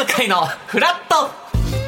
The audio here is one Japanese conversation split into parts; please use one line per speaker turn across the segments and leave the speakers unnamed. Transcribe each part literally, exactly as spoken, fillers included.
向井のフラット。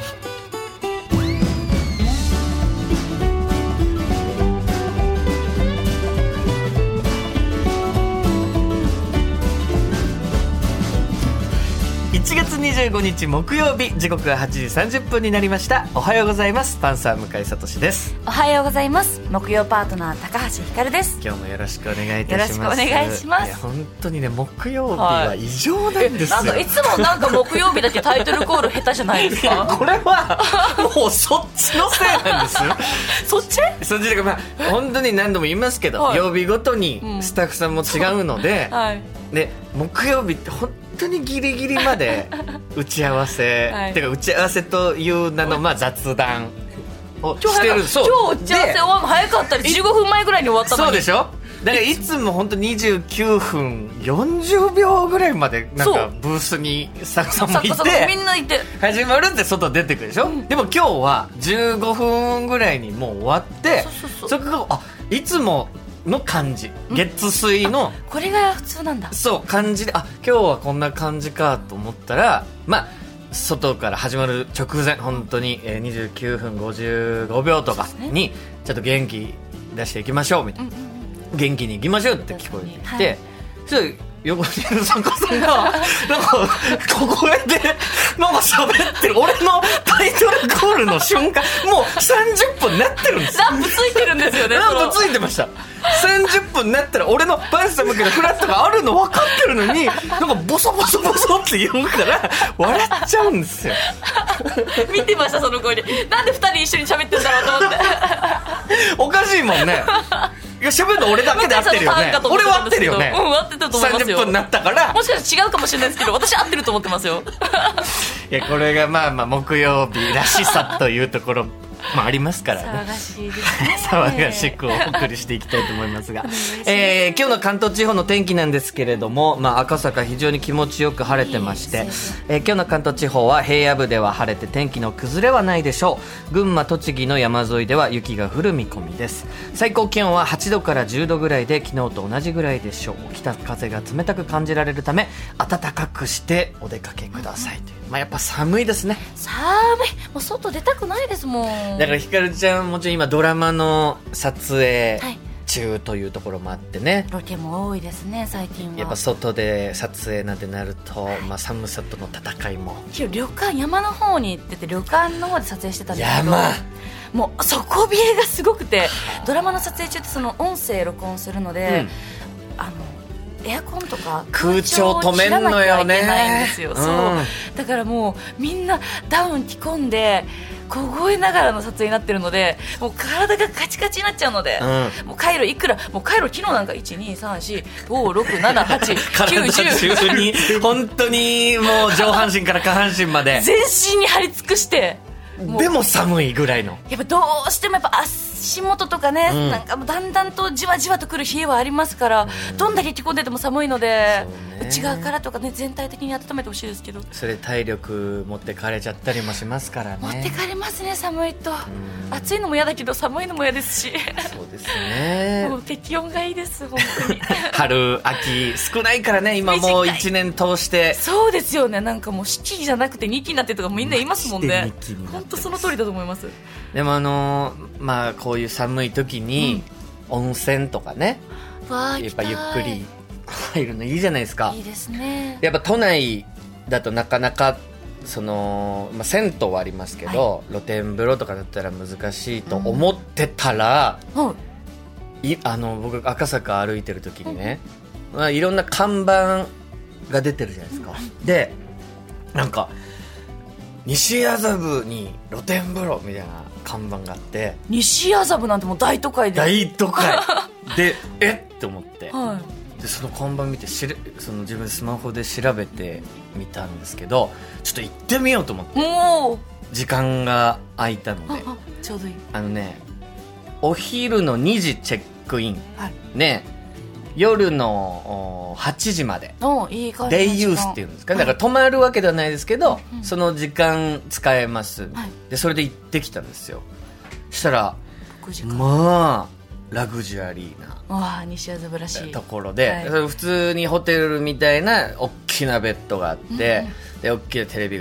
いちがつにじゅうごにち木曜日、時刻ははちじさんじゅっぷんになりました。おはようございます。パンサー向井聡です。
おはようございます。木曜パートナー高橋ひかるです。
今日もよろしくお願いいたします。
よろしくお願いします。
いや本当にね、木曜日は異常なんですよ、
はい、なんかいつもなんか木曜日だけタイトルコール下手じゃないですか。
これはもうそっちのせいなんです
そっち
そっちというか、まあ、本当に何度も言いますけど、はい、曜日ごとにスタッフさんも違うので、うんはい、で木曜日って本当にギリギリまで打ち合わせ、はい、てか打ち合わせという名の、まあ、雑談をしてる。そう
今日打ち合わせ終わるの早かったりじゅうごふんまえぐらいに終わったのに。
そうでしょ。だからいつも本当にじゅうきゅうふんよんじゅうびょうぐらいまでなんかブースにスタッフさんもいて、
みんないて
始まるって外出てくるでしょ、うん、でも今日はじゅうごふんぐらいにもう終わって、そうそうそう、そこがあいつもの感じ、月水の
これが普通なんだ。
そう感じで、あ今日はこんな感じかと思ったら、まあ外から始まる直前本当ににじゅうきゅうふんごじゅうごびょうとかにちょっと元気出していきましょうみたいな、うんうんうん、元気にいきましょうって聞こえてきて、はい、ちょっと横にいる作家さんがなんか小声でなんか喋ってる。俺のタイトルコールの瞬間もうさんじゅっぷんなってるんですよ。
ランプついてるんですよね。
ランプついてました。さんじゅっぷんになったら俺のパンサー向けのフラットがあるの分かってるのに、なんかボソボソボソって言うから笑っちゃうんですよ。
見てましたその声で。なんでふたり一緒に喋ってんだろうと思って
おかしいもんね。いや喋るの俺だけで合ってるよね。俺は合ってるよね。
うん合ってたと思いますよ。
さんじゅっぷんになったから
もしかしたら違うかもしれないですけど、私合ってると思ってますよ。
いやこれがまあまあ木曜日らしさというところまあ、ありますからね。
騒がしいですね。
騒がしくお送りしていきたいと思いますがえー、今日の関東地方の天気なんですけれども、まあ、赤坂非常に気持ちよく晴れてまして、えー、今日の関東地方は平野部では晴れて天気の崩れはないでしょう。群馬栃木の山沿いでは雪が降る見込みです。最高気温ははちどからじゅうどぐらいで昨日と同じぐらいでしょう。北風が冷たく感じられるため暖かくしてお出かけくださいという、まあ、やっぱ寒いですね。
寒い。もう外出たくないですもん。
だからひかるちゃんもちろん今ドラマの撮影中というところもあってね、
ロケも多いですね最近は。
やっぱ外で撮影なんてなると、はい、まあ、寒さとの戦いも。
旅館山の方に行ってて旅館の方で撮影してたんですけど、
山
もう底冷えがすごくて、ドラマの撮影中ってその音声録音するので、うん、あのエアコンとか
空調を止めんのよね。
ないんですよ、うん、そうだからもうみんなダウン着込んで凍えながらの撮影になってるので、もう体がカチカチになっちゃうので、うん、もうカイロいくらもうカイロ昨日なんかいちにさんしごろくななはちきゅうじゅう
体中に本当にもう上半身から下半身まで
全身に張り尽くして、
でも寒いぐらいの、や
っぱどうしてもやっぱ足元とかね、うん、なんかもうだんだんとじわじわとくる冷えはありますから、うん、どんだけ着込んでても寒いので、内側からとかね全体的に温めてほしいですけど、
それ体力持ってかれちゃったりもしますからね。
持ってかれますね寒いと。暑いのも嫌だけど寒いのも嫌ですし。
そうですね。
もう適温がいいです本当に。
春秋少ないからね今もういちねん通して。
そうですよね。なんかもう四季じゃなくて二季になってとかみんな言いますもんね。本当その通りだと思います。
でもあのー、まあこういう寒い時に温泉とかね、うん、やっぱゆっくり入るのいいじゃないですか。
いいですね。
やっぱ都内だとなかなかその、まあ、銭湯はありますけど、はい、露天風呂とかだったら難しいと思ってたら、うんいあの僕赤坂歩いてる時にね、うんまあ、いろんな看板が出てるじゃないですか、うん、でなんか西麻布に露天風呂みたいな看板があって、
西麻布なんてもう大都会で
大都会でえって思って、
はい、
でその看板見てしれその自分スマホで調べてみたんですけど、ちょっと行ってみようと思って
も
時間が空いたので、
ああちょうどいい。
あのねお昼のにじチェックイン、
はい、
ね夜のはちじまで
いい感じ
デイユースっていうんですか、だから泊まるわけではないですけど、
うん、
その時間使えます、
はい、
でそれで行ってきたんですよ。そしたらまあラグジュアリーな
わあ西麻布らしい
ところで、
はい、
それ普通にホテルみたいな大きなベッドがあって、うん、で大きなテレビがあっ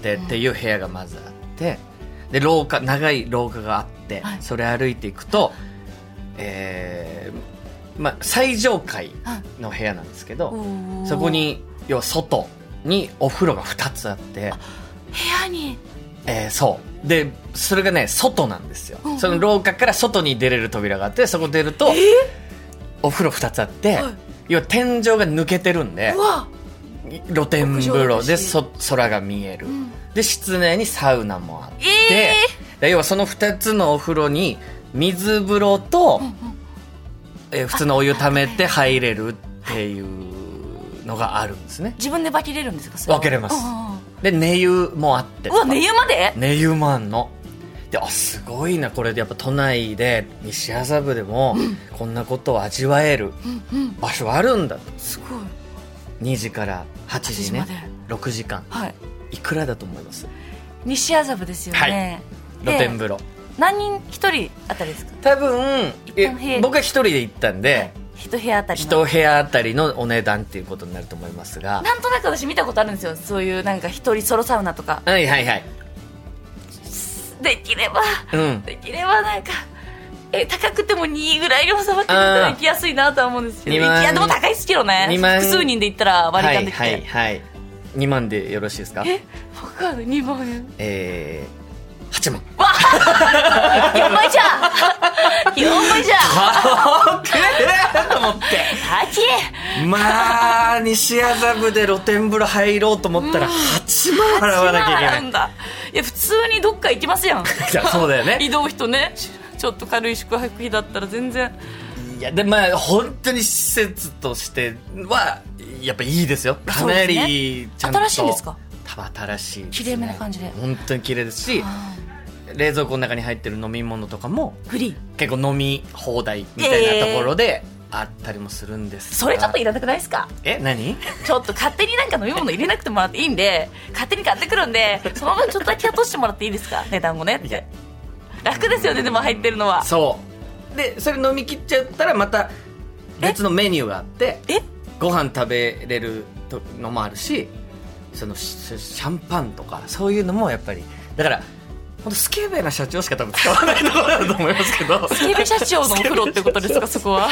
ってっていう部屋がまずあって、で廊下長い廊下があって、はい、それ歩いていくと、えーまあ、最上階の部屋なんですけど、はい、そこに要は外にお風呂がふたつあって、
部屋に、
えー、そうでそれがね外なんですよ、うんうん、その廊下から外に出れる扉があって、そこ出ると、えー、お風呂ふたつあって、はい、要は天井が抜けてるんで、うわ露天風呂でそ空が見える、うん、で室内にサウナもあって、えー、で要はそのふたつのお風呂に水風呂と、うんうん、えー、普通のお湯ためて入れるっていうのがあるんですね。
自分で分けれるんですか？そ
れは分けれます、うんうん、で寝湯もあって、
うわ寝湯まで？
寝湯もあんので、あすごいなこれで、やっぱ都内で西麻布でも、うん、こんなことを味わえる場所あるんだと、うんうん、
すごい。
にじからはちじね、ろくじかん、はい、いくらだと思います？
西麻布ですよね、
はい、露天風呂
何人ひとりあたりですか？
多分え僕はひとりで行ったんで、はい、
いち部屋あたりの
いち部屋あたりのお値段っていうことになると思いますが、
なんとなく私見たことあるんですよ、そういうなんか一人ソロサウナとか。
はいはいはい、
できれば、うん、できればなんかえ高くてもにぐらいのさばきだったら行きやすいなとは思うんですけど、いやでも高いですけどね、複数人で行ったら割り勘できて、はいはいはい、
にまんでよろしいですか？
え分かる、にまんえん、
えー、はちまん。
わっよんばいじゃんよんばいじゃん
高っと思って
はち
まあ西麻布で露天風呂入ろうと思ったらはちまん払わなきゃいけない。はちまんなんだ。
いや普通にどっか行きますやん。い
やそうだよね
移動費とねちょっと軽い宿泊費だったら全然。
いやでまあ本当に施設としてはやっぱいいですよ。かなりちゃんと、
ね、新しいんですか？
多分新しいですね。
綺麗めな感じで
本当に綺麗ですし、冷蔵庫の中に入ってる飲み物とかも
フリー
結構飲み放題みたいなところであったりもするんですが、
それちょっといらなくないですか？
え何
ちょっと勝手になんか飲み物入れなくてもらっていいんで勝手に買ってくるんでその分ちょっとだけ落としてもらっていいですか値段をねって。楽ですよねでも入ってるのは。
そうでそれ飲み切っちゃったらまた別のメニューがあって
え
ご飯食べれるのもあるし、そのシャンパンとかそういうのもやっぱりだから本当スケベな社長しか多分使わないところだと思いますけど
スケベ社長のお風呂ってことですかそこは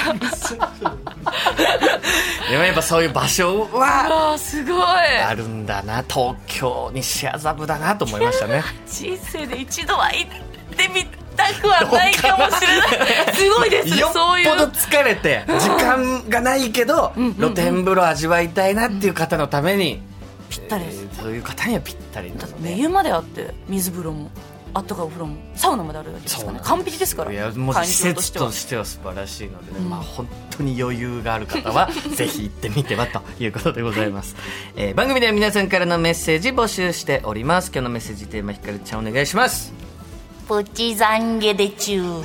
でもやっぱそういう場所は
すごい
あるんだな東京西麻布だなと思いましたね。
人生で一度は行ってみたくはないかもしれないすごいですね。そういう
よっぽど疲れて時間がないけど露天風呂味わいたいなっていう方のために
ぴったりです、
えー、そういう方にはぴったりなので、
寝湯まであって水風呂もあったかいお風呂もサウナまであるわけですからね。完璧ですから。
いやもう施設としては素晴らしいので、ねうんまあ、本当に余裕がある方はぜひ行ってみてはということでございます、えー、番組では皆さんからのメッセージ募集しております。今日のメッセージテーマひかるちゃんお願いします。
プチ懺悔でちゅう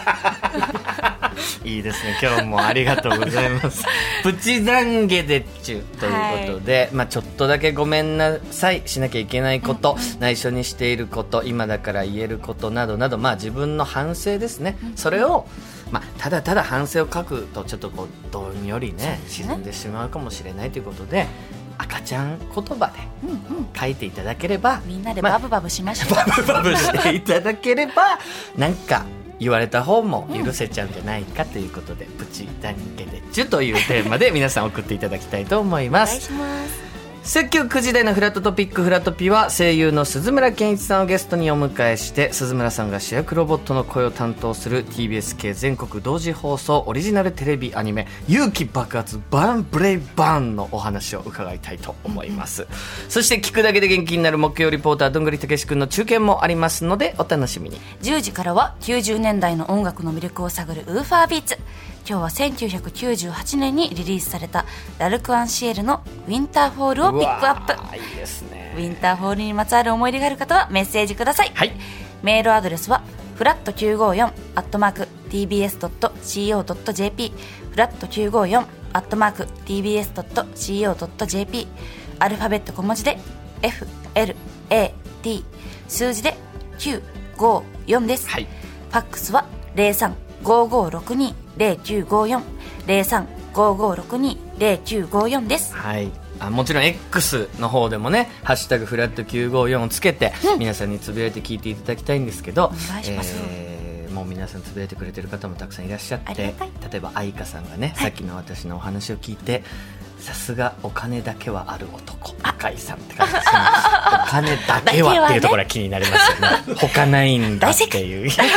いいですね今日もありがとうございますプチ懺悔でちゅうということで、はいまあ、ちょっとだけごめんなさいしなきゃいけないこと、うんうん、内緒にしていること今だから言えることなどなど、まあ、自分の反省ですね、うんうん、それを、まあ、ただただ反省を書くとちょっとこうどんより ね, ね沈んでしまうかもしれないということで赤ちゃん言葉で書いていただければ、うんうん、
みんなでバブバブしましょう、
まあ、バブバブしていただければなんか言われた方も許せちゃうんじゃないかということで、うん、プチ懺悔でちゅというテーマで皆さん送っていただきたいと思います。
お願いします。
今日くじ台のフラットトピックフラトピは声優の鈴村健一さんをゲストにお迎えして鈴村さんが主役ロボットの声を担当する ティービーエス 系全国同時放送オリジナルテレビアニメ勇気爆発バーンブレイバーンのお話を伺いたいと思います、うん、そして聞くだけで元気になる木曜リポーターどんぐりたけし君の中継もありますのでお楽しみに。
じゅうじからはきゅうじゅうねんだいの音楽の魅力を探るウーファービーツ。今日はせんきゅうひゃくきゅうじゅうはちねんにリリースされたラルク・アンシエルのウィンターフォールをピックアップ。
いいですね。
ウィンターフォールにまつわる思い出がある方はメッセージください、
はい、
メールアドレスはフラットきゅうごよんアットマーク ティービーエスドットシーオードットジェーピー フラットきゅうごよんアットマーク ティービーエスドットシーオードットジェーピー アルファベット小文字で エフエルエーティー 数字できゅうごよんです、
はい、
ファックスはゼロさんごーごーろくにーゼロきゅうごよん ゼロさんごーごーろくにーぜろきゅうごーよんです。
はい、あもちろん X の方でもねハッシュタグフラットきゅうごーよんをつけて、うん、皆さんにつぶやいて聞いていただきたいんですけど、
お願いします。
えー、もう皆さんつぶやいてくれてる方もたくさんいらっしゃって、例えば愛花さんがね、はい、さっきの私のお話を聞いて、さすがお金だけはある男赤井さんって感じですね。お金だけはっていうところは気になりますよね。他ないんだっていう失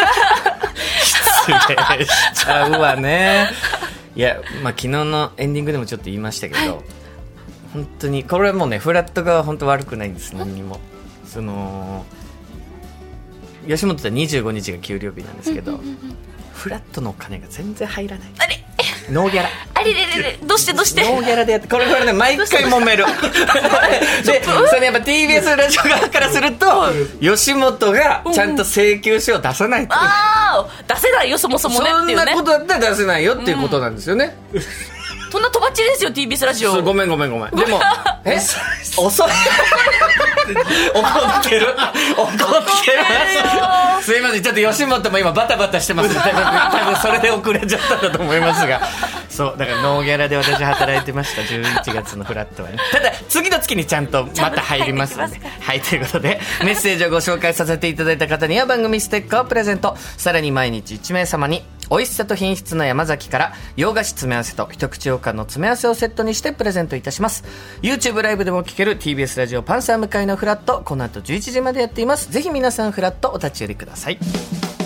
礼しちゃうわね。いや、まあ、昨日のエンディングでもちょっと言いましたけど、はい、本当にこれはもうねフラットが本当悪くないんです。何にもその吉本ってにじゅうごにちが給料日なんですけど、うんうんうんうん、フラットのお金が全然入らない。
あれ
ノーギャラ。
あれれれれどうしてどうして
ノーギャラでやって、これこれね毎回揉めるでそれやっぱ ティービーエス ラジオ側からすると吉本がちゃんと請求書を出さないと、うん、
ああ出せないよそもそもねっていうね。
そんなことだったら出せないよっていうことなんですよね、うん
そんなとばっちりですよ ティービーエス ラジオ。
ごめんごめんごめん。でもえ遅い怒ってる怒ってますすいません。ちょっと吉本も今バタバタしてます。多分多分それで遅れちゃったんだと思いますがそうだからノーギャラで私働いてました。じゅういちがつのフラットはね。ただ次の月にちゃんとまた入りますので、はいということでメッセージをご紹介させていただいた方には番組ステッカーをプレゼント。さらに毎日いち名様に美味しさと品質の山崎から洋菓子詰め合わせと一口羊羹の詰め合わせをセットにしてプレゼントいたします。 YouTube ライブでも聴ける ティービーエス ラジオパンサー向かいのフラット、この後じゅういちじまでやっています。ぜひ皆さんフラットお立ち寄りください。 ティービー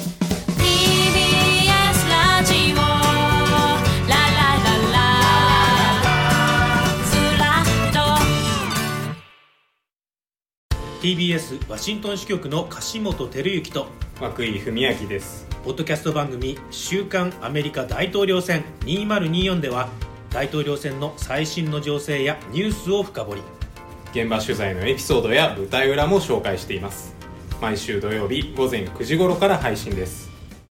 エス ラジオララララフラット
ティービーエス ワシントン支局の樫本照之と
涌井文明です。
ポッドキャスト番組週刊アメリカ大統領選にせんにじゅうよんでは大統領選の最新の情勢やニュースを深掘り、
現場取材のエピソードや舞台裏も紹介しています。毎週土曜日午前くじ頃から配信です。